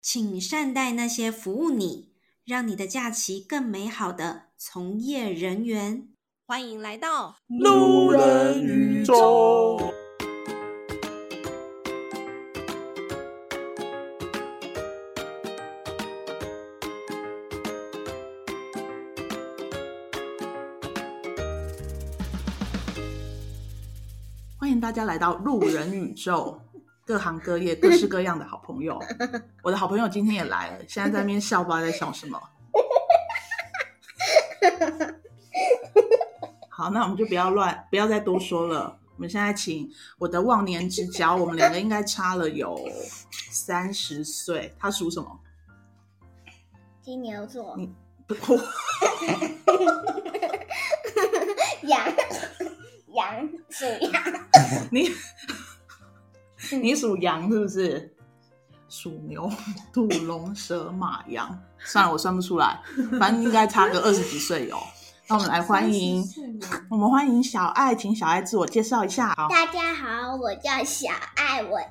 请善待那些服务你，让你的假期更美好的从业人员。欢迎来到路人宇宙。欢迎大家来到路人宇宙，各行各业各式各样的好朋友。我的好朋友今天也来了，现在在那边笑，不知道在笑什么。好，那我们就不要再多说了。我们现在请我的忘年之交，我们两个应该差了有30岁。他属什么？ 金牛座。羊属羊。 你属羊是不是？属牛、兔、龙、蛇、马、羊。算了，我算不出来，反正应该差个20几岁有。那我们来欢迎小爱，请小爱自我介绍一下。好， 大家好，我叫小爱，我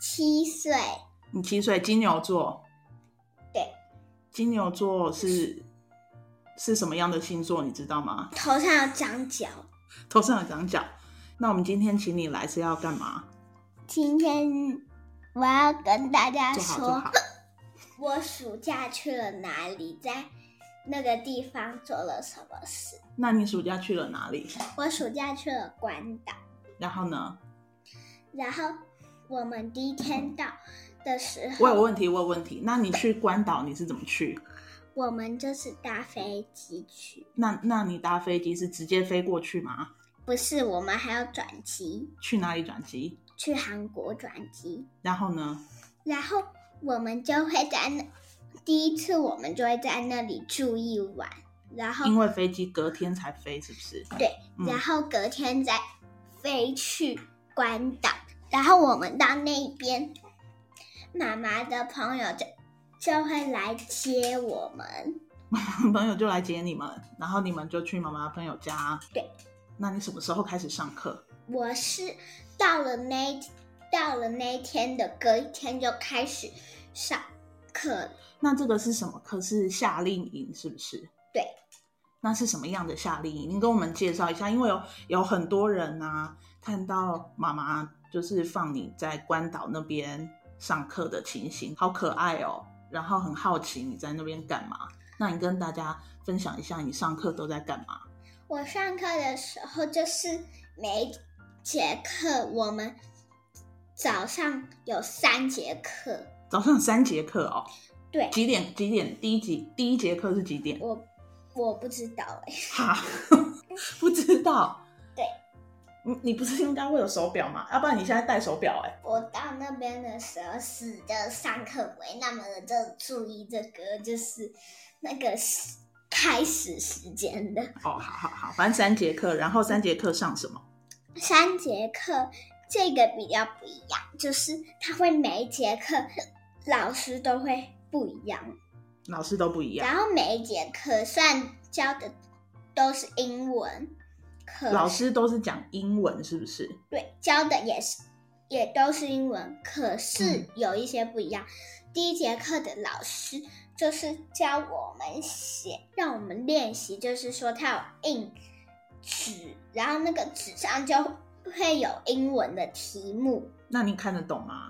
7岁。 你7岁，金牛座。 对， 金牛座是什么样的星座？你知道吗？ 头上有长角。 头上有长角。那我们今天请你来是要干嘛？ 今天我要跟大家说， 好我暑假去了哪里，在那个地方做了什么事。 那你暑假去了哪里？ 我暑假去了关岛。 然后呢？ 然后我们第一天到的时候， 我有问题。那你去关岛你是怎么去？ 我们就是搭飞机去。 那你搭飞机是直接飞过去吗？ 不是，我们还要转机。 去哪里转机？ 去韩国转机。 然后呢？ 然后我们就会第一次我们就会在那里住一晚，然后因为飞机隔天才飞，是不是？ 对，然后隔天再飞去关岛。然后我们到那边，妈妈的朋友就会来接我们。 妈妈朋友就来接你们，然后你们就去妈妈朋友家。 对。 那你什么时候开始上课？ 我是到了那天的隔一天就开始上课了。 那这个是什么课？是夏令营是不是？ 对。 那是什么样的夏令营？您跟我们介绍一下，因为有很多人啊，看到妈妈就是放你在关岛那边上课的情形，好可爱哦，然后很好奇你在那边干嘛。那你跟大家分享一下你上课都在干嘛？ 我上课的时候就是每一节课我们早上有3节课。 早上3节课哦？ 对。 几点？第一节课是几点？ 我不知道哈，不知道。 对。 你不是应该会有手表吗？要不然你现在戴手表我到那边的时候是的上课没那么的注意这个，就是那个开始时间的。 哦，好，反正3节课，然后3节课上什么 ？3节课这个比较不一样，就是他会每一节课老师都会不一样。 老师都不一样。 然后每一节课虽然教的都是英文， 老师都是讲英文是不是？对， 教的也都是英文，可是有一些不一样。第一节课的老师就是教我们写，让我们练习，就是说他有印纸，然后那个纸上就会有英文的题目。 那你看得懂吗？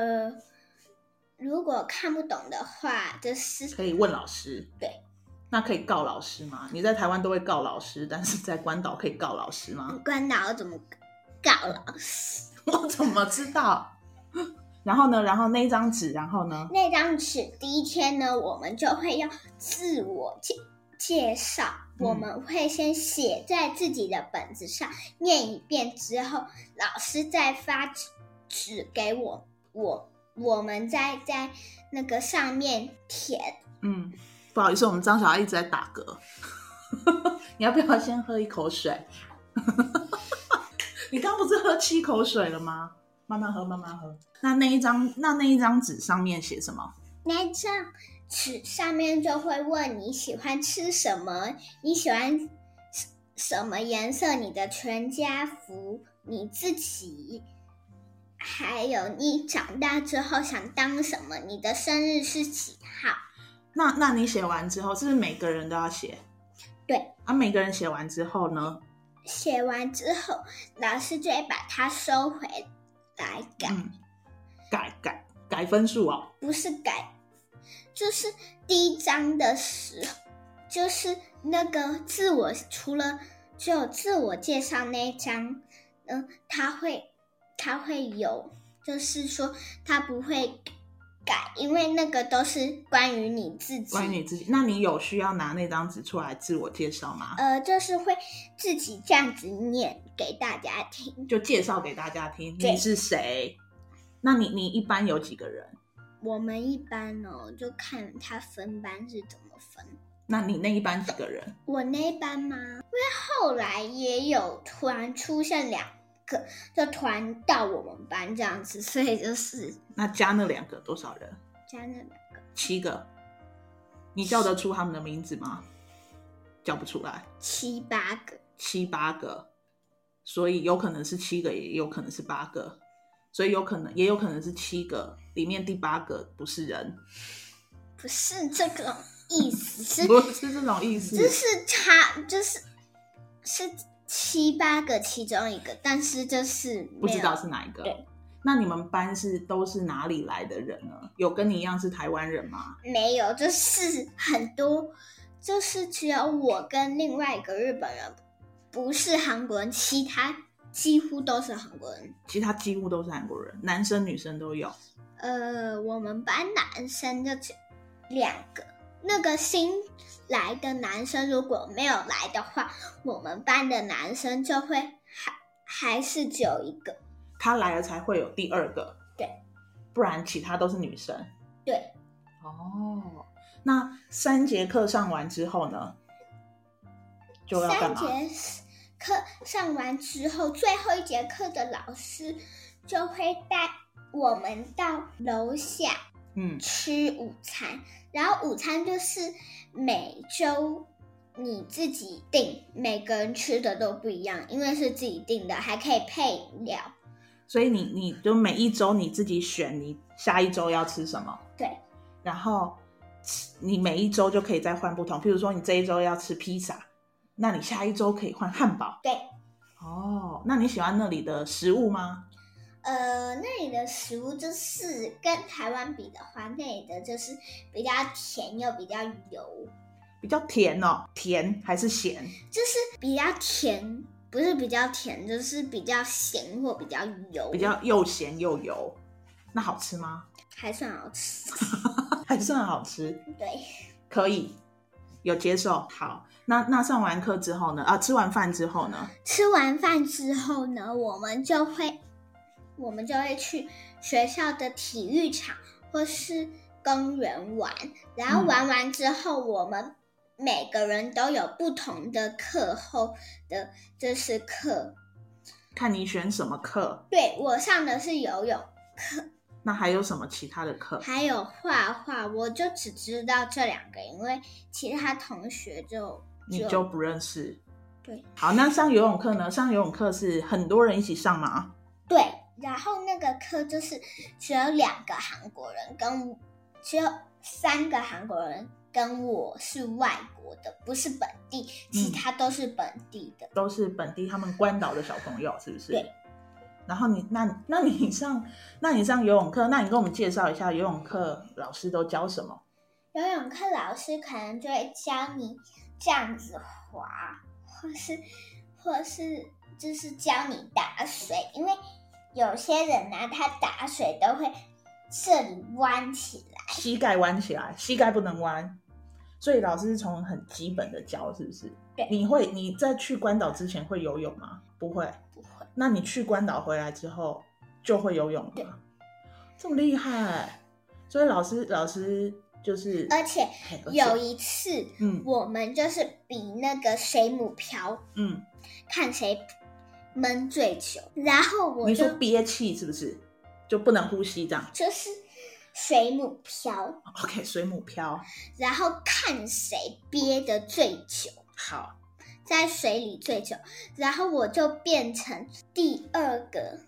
如果看不懂的话，就是可以问老师。 对。 那可以告老师吗？你在台湾都会告老师，但是在关岛可以告老师吗？ 关岛怎么告老师？ 我怎么知道？然后呢？然后那张纸，然后呢？ 那张纸第一天呢，我们就会要自我介绍。我们会先写在自己的本子上，念一遍之后，老师再发纸给我们再在那个上面填。 不好意思，我们张小孩一直在打嗝。你要不要先喝一口水？你刚不是喝7口水了吗？慢慢喝。那一张纸上面写什么？ 那张纸上面就会问你喜欢吃什么，你喜欢什么颜色，你的全家福，你自己还有你长大之后想当什么，你的生日是几号。 那你写完之后，是不是每个人都要写？ 对。 每个人写完之后呢？ 写完之后，老师就会把它收回来改分数哦。 不是改，就是第一章的时候，就是那个除了只有自我介绍那一章，它会有，就是说它不会改，因为那个都是关于你自己。 关于你自己，那你有需要拿那张纸出来自我介绍吗？ 就是会自己这样子念给大家听， 就介绍给大家听你是谁。那你一般有几个人？ 我们一般就看他分班是怎么分。 那你那一班几个人？ 我那一班吗？因为后来也有突然出现2个，就突然到我们班这样子，所以就是那加那2个多少人？ 加那2个 7个。你叫得出他们的名字吗？叫不出来。 7、8个。 7、8个，所以有可能是7个，也有可能是8个，所以也有可能是7个，里面第8个不是人。 不是这种意思， 不是这种意思， 就是7、8个其中一个，但是就是不知道是哪一个。 对。 那你们班都是哪里来的人呢？有跟你一样是台湾人吗？ 没有，就是很多，就是只有我跟另外一个日本人不是韩国人，其他几乎都是韩国人。 其他几乎都是韩国人，男生女生都有。 我们班男生就只2个。那个新来的男生如果没有来的话，我们班的男生就会还是只有1个。 他来了才会有第2个。 对。 不然其他都是女生。 对。 那3节课上完之后呢？就要干嘛 ？3节课上完之后，最后1节课的老师就会带我们到楼下吃午餐。然后午餐就是每周你自己订，每个人吃的都不一样，因为是自己订的，还可以配饮料。 所以你就每一周你自己选你下一周要吃什么。 对。 然后你每一周就可以再换不同，譬如说你这一周要吃披萨，那你下一周可以换汉堡。 对。 那你喜欢那里的食物吗？ 那里的食物就是跟台湾比的话，那里的就是比较甜又比较油。 比较甜哦？甜还是咸？ 就是比较甜，不是比较甜，就是比较咸或比较油。 比较又咸又油。那好吃吗？ 还算好吃。 还算好吃。 对。 可以，有接受。好，那上完课之后呢？吃完饭之后呢？ 吃完饭之后呢，我们就会去学校的体育场或是公园玩。然后玩完之后，我们每个人都有不同的课后的就是课。 看你选什么课。 对，我上的是游泳课。 那还有什么其他的课？ 还有画画，我就只知道这2个，因为其他同学你就不认识。 对。 好，那上游泳课呢？上游泳课是很多人一起上吗？ 对，然后那个课就是只有2个韩国人，只有3个韩国人跟我是外国的，不是本地，其他都是本地的。 都是本地，他们关岛的小朋友，是不是？ 对。 然后那你上游泳课，那你跟我们介绍一下游泳课老师都教什么？ 游泳课老师可能就会教你这样子滑，或是就是教你打水，因为有些人他打水都会这里弯起来， 膝盖弯起来，膝盖不能弯，所以老师是从很基本的教，是不是？ 对。 你在去关岛之前会游泳吗？不会。那你去关岛回来之后就会游泳吗？这么厉害。所以老师就是， 而且有一次我们就是比那个水母漂，看谁闷最久。然后你说憋气是不是就不能呼吸这样？ 就是水母漂。 OK， 水母漂， 然后看谁憋得最久。 好，在水里最久，然后我就变成第2个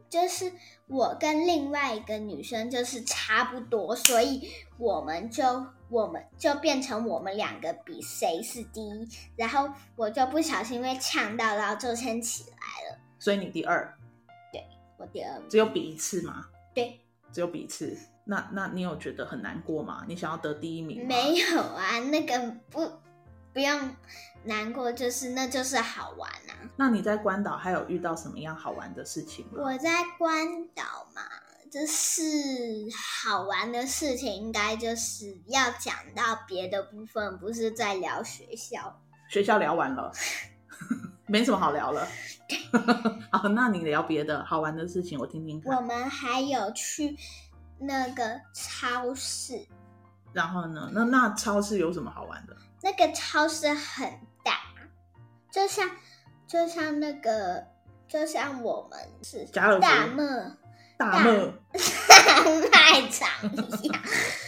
就是我跟另外一个女生就是差不多，所以我们就变成我们两个比谁是第一，然后我就不小心被呛到，然后就先起来了。 所以你第二？ 对，我第二名。 只有比一次吗？ 对， 只有比一次。那你有觉得很难过吗？你想要得第一名吗？ 没有啊，那个不用难过，那就是好玩啊。 那你在关岛还有遇到什么样好玩的事情吗？ 我在关岛嘛，就是好玩的事情，应该就是要讲到别的部分，不是在聊学校。 学校聊完了，没什么好聊了。好，那你聊别的好玩的事情，我听听看。 我们还有去那个超市， 然后呢？那超市有什么好玩的？ 那个超市很大，就像我们是大卖场一样，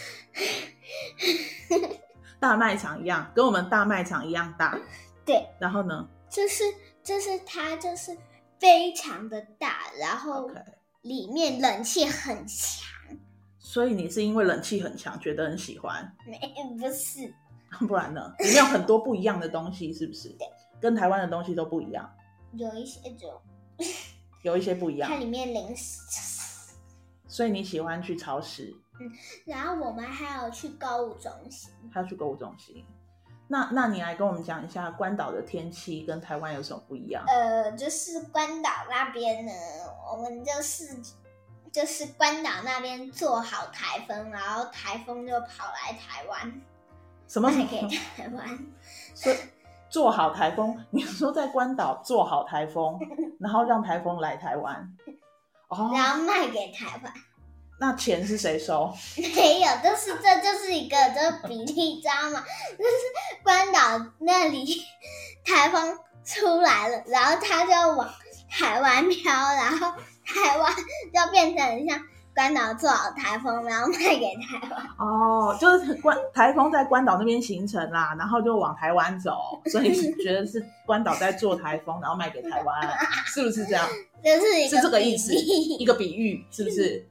大卖场一样，跟我们大卖场一样大。 对。 然后呢？ 就是它就是非常的大，然后里面冷气很强。 所以你是因为冷气很强觉得很喜欢？ 不是。 不然呢？里面有很多不一样的东西，是不是？ 对， 跟台湾的东西都不一样。 有一些就有一些不一样。 它里面零食。 所以你喜欢去超市？ 然后我们还有去购物中心。 还要去购物中心。那你来跟我们讲一下关岛的天气跟台湾有什么不一样？ 就是关岛那边呢，我们就是关岛那边做好台风，然后台风就跑来台湾。 什么卖给台湾？ 所以做好台风，你说在关岛做好台风，然后让台风来台湾， 然后卖给台湾。 那钱是谁收？ 没有，这就是一个比例，知道吗？就是关岛那里台风出来了，然后它就往台湾飘，然后台湾就变成很像关岛做好台风，然后卖给台湾。 就是台风在关岛那边形成啦，然后就往台湾走，所以你觉得是关岛在做台风，然后卖给台湾，是不是这样？ 是这个意思，一个比喻，是不是？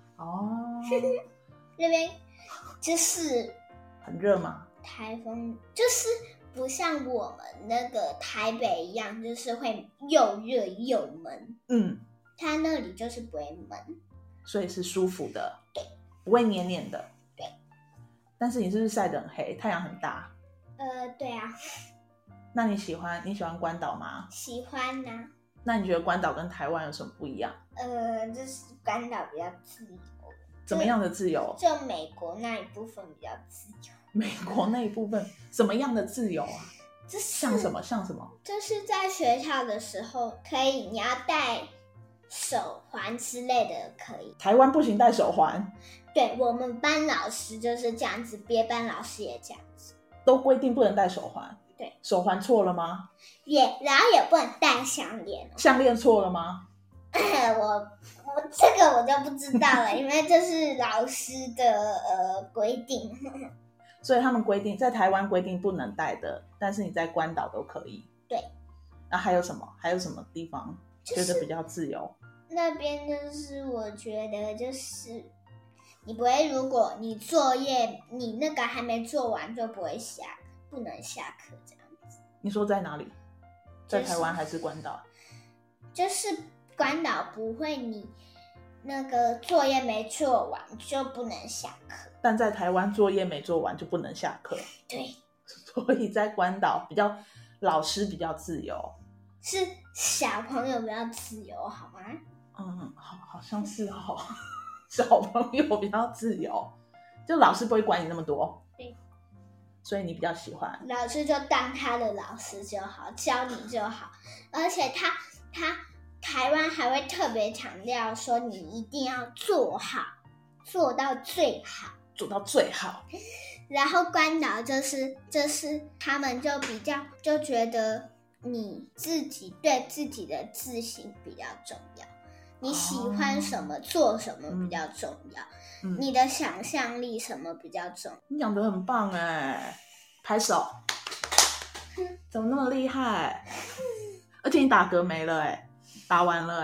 那边就是很热吗？ 台风就是不像我们那个台北一样，就是会又热又闷。它那里就是不会闷， 所以是舒服的。 对， 不会黏黏的。 对。 但是你是不是晒得很黑？太阳很大。 对啊。 那你喜欢关岛吗？ 喜欢啊。 那你觉得关岛跟台湾有什么不一样？ 就是关岛比较自由。 怎么样的自由？ 就美国那一部分比较自由。 美国那一部分什么样的自由啊？像什么？ 就是在学校的时候可以，你要戴手环之类的可以。 台湾不行戴手环。 对，我们班老师就是这样子，别班老师也这样子， 都规定不能戴手环。 对， 手环错了吗？ 然后也不能戴项链。 项链错了吗？ 我这个我就不知道了，因为这是老师的规定。 所以他们规定在台湾规定不能戴的，但是你在关岛都可以。 对。 那还有什么地方觉得比较自由？ 那边就是我觉得就是你不会，如果你作业你那个还没做完就不能下课这样子。 你说在哪里？在台湾还是关岛？ 就是关岛不会，你那个作业没做完就不能下课。 但在台湾作业没做完就不能下课。 对。 所以在关岛老师比较自由， 是小朋友比较自由，好吗？ 好像是小朋友比较自由，就老师不会管你那么多。 对。 所以你比较喜欢老师就当他的老师就好，教你就好。而且他台湾还会特别强调说你一定要做好，做到最好。然后关岛就是他们就比较就觉得你自己对自己的自信比较重要，你喜欢什么做什么比较重要，你的想象力什么比较重要。 你讲得很棒哎，拍手。怎么那么厉害？而且你打嗝没了哎，打完了哎，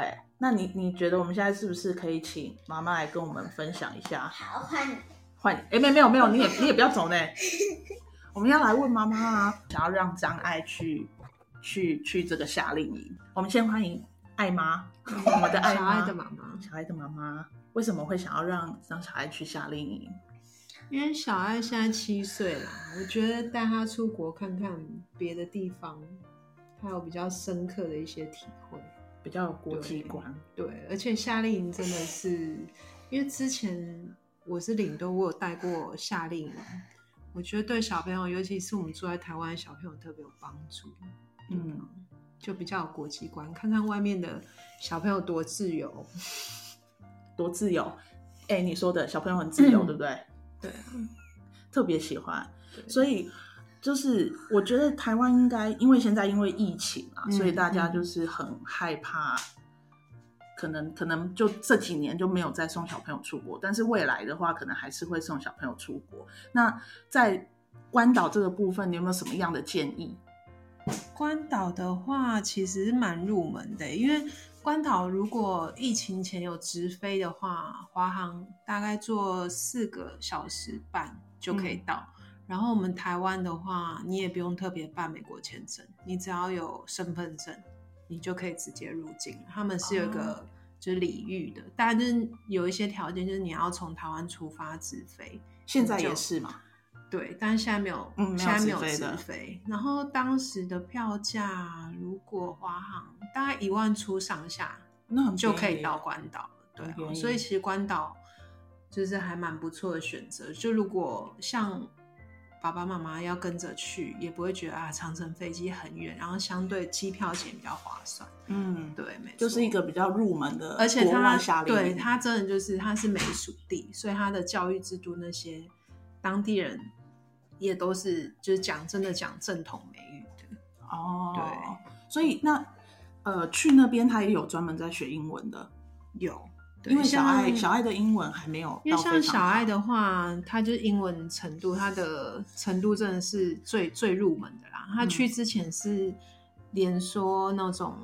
那你觉得我们现在是不是可以请妈妈来跟我们分享一下？ 好，换你。 没有，你也不要走呢。我们要来问妈妈啊，想要让张爱去这个夏令营。我们先欢迎爱妈，我们的爱妈， 小爱的妈妈。 小爱的妈妈为什么会想要让小爱去夏令营？ 因为小爱现在7岁啦，我觉得带她出国看看别的地方，她有比较深刻的一些体会， 比较有国际观。 对，而且夏令营真的是，因为之前我是领队，我有带过夏令营，我觉得对小朋友，尤其是我们住在台湾的小朋友特别有帮助。就比较有国际观，看看外面的小朋友多自由， 多自由。你说的小朋友很自由，对不对？ 对啊， 特别喜欢。所以就是我觉得台湾应该，因为现在因为疫情啊，所以大家就是很害怕。可能就这几年就没有再送小朋友出国，但是未来的话可能还是会送小朋友出国。那在关岛这个部分你有没有什么样的建议？ 关岛的话其实蛮入门的，因为关岛如果疫情前有直飞的话，华航大概坐4个小时半就可以到。然后我们台湾的话，你也不用特别办美国签证，你只要有身份证你就可以直接入境。他们是有一个就是礼遇的，当然就是有一些条件，就是你要从台湾出发直飞。 现在也是嘛？ 对，但是现在没有，现在没有直飞。然后当时的票价，如果华航大概1万出上下， 那就可以到关岛了。对啊，所以其实关岛就是还蛮不错的选择。就如果像爸爸妈妈要跟着去，也不会觉得长程飞机很远，然后相对机票钱比较划算。对，没错， 就是一个比较入门的， 而且它对它真的就是它是美属地，所以它的教育制度那些当地人也都是就是讲正统美语的。 对，所以那去那边他也有专门在学英文的， 有。 因为小爱的英文还没有到非常好， 因为像小爱的话，他就是英文程度，他的程度真的是最入门的啦。他去之前是连说那种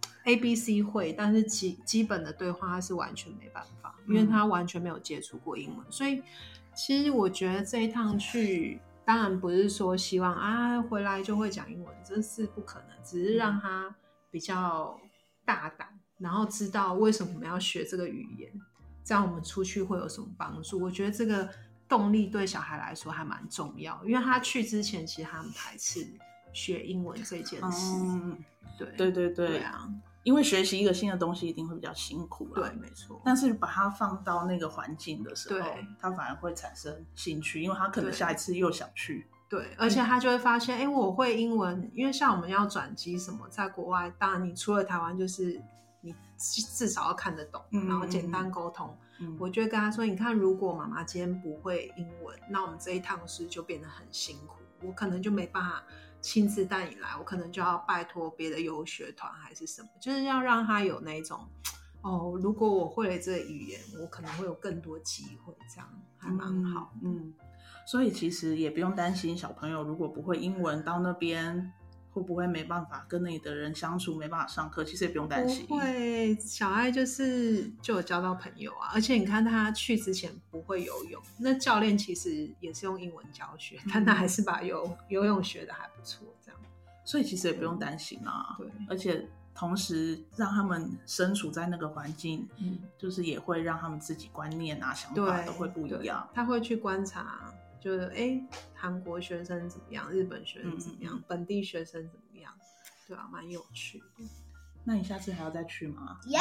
ABC 会，但是基本的对话他是完全没办法，因为他完全没有接触过英文。所以其实我觉得这一趟去，当然不是说希望回来就会讲英文，这是不可能，只是让他比较大胆。然后知道为什么我们要学这个语言，这样我们出去会有什么帮助。我觉得这个动力对小孩来说还蛮重要，因为他去之前其实他很排斥学英文这件事。对啊， 因为学习一个新的东西一定会比较辛苦啦。 对，没错。 但是把它放到那个环境的时候，他反而会产生兴趣，因为他可能下一次又想去。 对，而且他就会发现我会英文，因为像我们要转机什么，在国外当然你除了台湾就是你至少要看得懂，然后简单沟通。我就会跟他说，你看如果妈妈今天不会英文，那我们这一趟是就变得很辛苦，我可能就没办法亲自带你来，我可能就要拜托别的游学团还是什么，就是要让他有那种如果我会了这个语言，我可能会有更多机会，这样还蛮好。 所以其实也不用担心小朋友如果不会英文到那边会不会没办法跟那里的人相处，没办法上课，其实也不用担心。 不会，小爱就有交到朋友啊，而且你看他去之前不会游泳，那教练其实也是用英文教学，但他还是把游泳学的还不错，这样。 所以其实也不用担心啊。 对，而且同时让他们身处在那个环境，就是也会让他们自己观念啊、想法都会不一样。 他会去观察。就是韩国学生怎么样，日本学生怎么样，本地学生怎么样，对啊，蛮有趣的。 那你下次还要再去吗？ 要。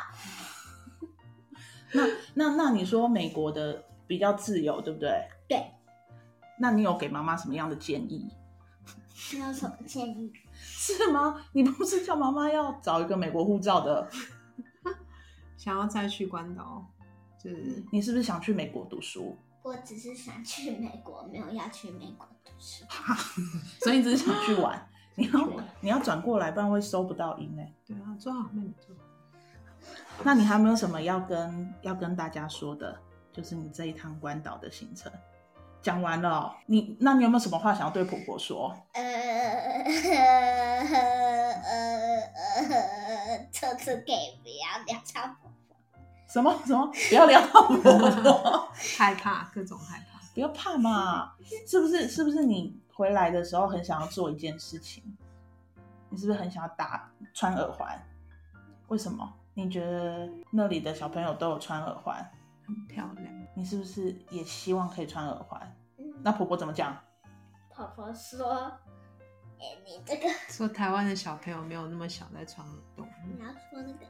那你说美国的比较自由，对不对？ 对。 那你有给妈妈什么样的建议？ 你有什么建议？ 是吗？你不是叫妈妈要找一个美国护照的？ 想要再去关岛，就是你是不是想去美国读书？ 我只是想去美国，没有要去美国读书。 所以你只是想去玩，你要转过来，不然会收不到音。 对啊，做好妹妹做好。 那你还有没有什么要跟大家说的？就是你这一趟关岛的行程讲完了，那你有没有什么话想要对婆婆说？ 车车可以不要聊到婆婆。 什么不要聊到婆婆害怕，各种害怕。 不要怕嘛，是不是你回来的时候很想要做一件事情？你是不是很想要穿耳环？为什么？你觉得那里的小朋友都有穿耳环， 很漂亮， 你是不是也希望可以穿耳环？那婆婆怎么讲？ 婆婆说：“你这个说台湾的小朋友没有那么小在穿耳洞。” 你要说那个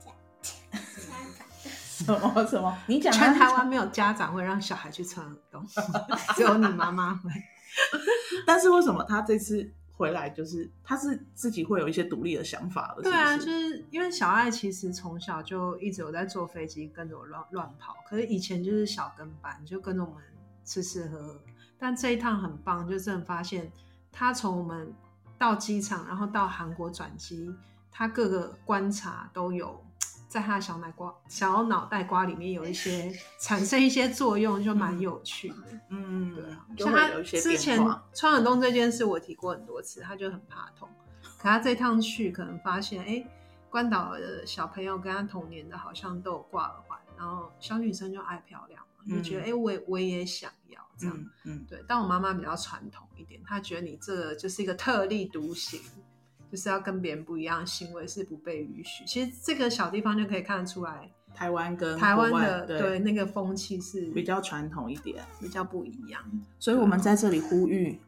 家长什么？你讲全台湾没有家长会让小孩去穿耳洞，只有你妈妈会。 但是为什么他这次回来，就是他是自己会有一些独立的想法了？ 对啊， 是不是就是因为小爱其实从小就一直有在坐飞机，跟着我乱跑。可是以前就是小跟班，就跟着我们吃喝喝。但这一趟很棒，就真的发现他从我们到机场，然后到韩国转机，他各个观察都有在他的小脑袋瓜里面有一些产生一些作用，就蛮有趣的。对啊， 就像他会有一些之前变化。 穿耳洞这件事我提过很多次，他就很怕痛。可他这趟去可能发现，关岛的小朋友跟他同年的好像都有挂耳环，然后小女生就爱漂亮嘛，就觉得我也想要这样。对，但我妈妈比较传统一点，她觉得你这个就是一个特立独行，就是要跟别人不一样，行为是不被允许。其实这个小地方就可以看得出来， 台湾跟台湾国外的对那个风气是比较传统一点， 比较不一样。 所以我们在这里呼吁，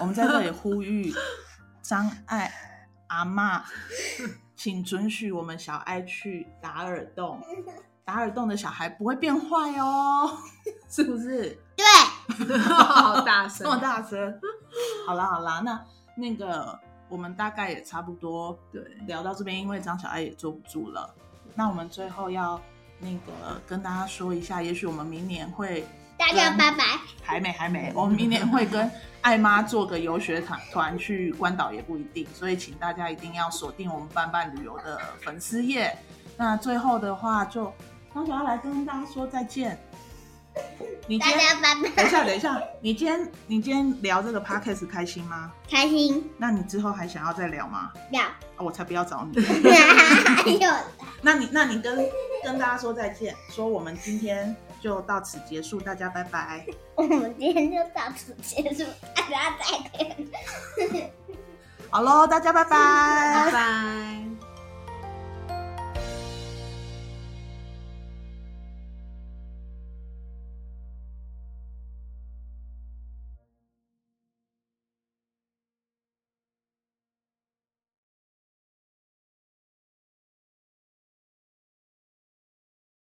张爱阿嬷，请准许我们小爱去打耳洞。打耳洞的小孩不会变坏哦，是不是？ 对， 好大声， 这么大声。好啦，那个我们大概也差不多对聊到这边，因为张小爱也坐不住了。那我们最后要那个跟大家说一下，也许我们明年会大家拜拜。 还没，我们明年会跟爱妈做个游学团去关岛也不一定，所以请大家一定要锁定我们伴伴旅游的粉丝页。那最后的话就张小爱来跟大家说再见。 大家拜拜。 等一下，你今天聊这个 podcast 开心吗？ 开心。 那你之后还想要再聊吗？ 要。 我才不要找你。 还有。 那你跟大家说再见，说我们今天就到此结束，大家拜拜。 我们今天就到此结束，大家再见。 好咯，大家拜拜。 拜拜。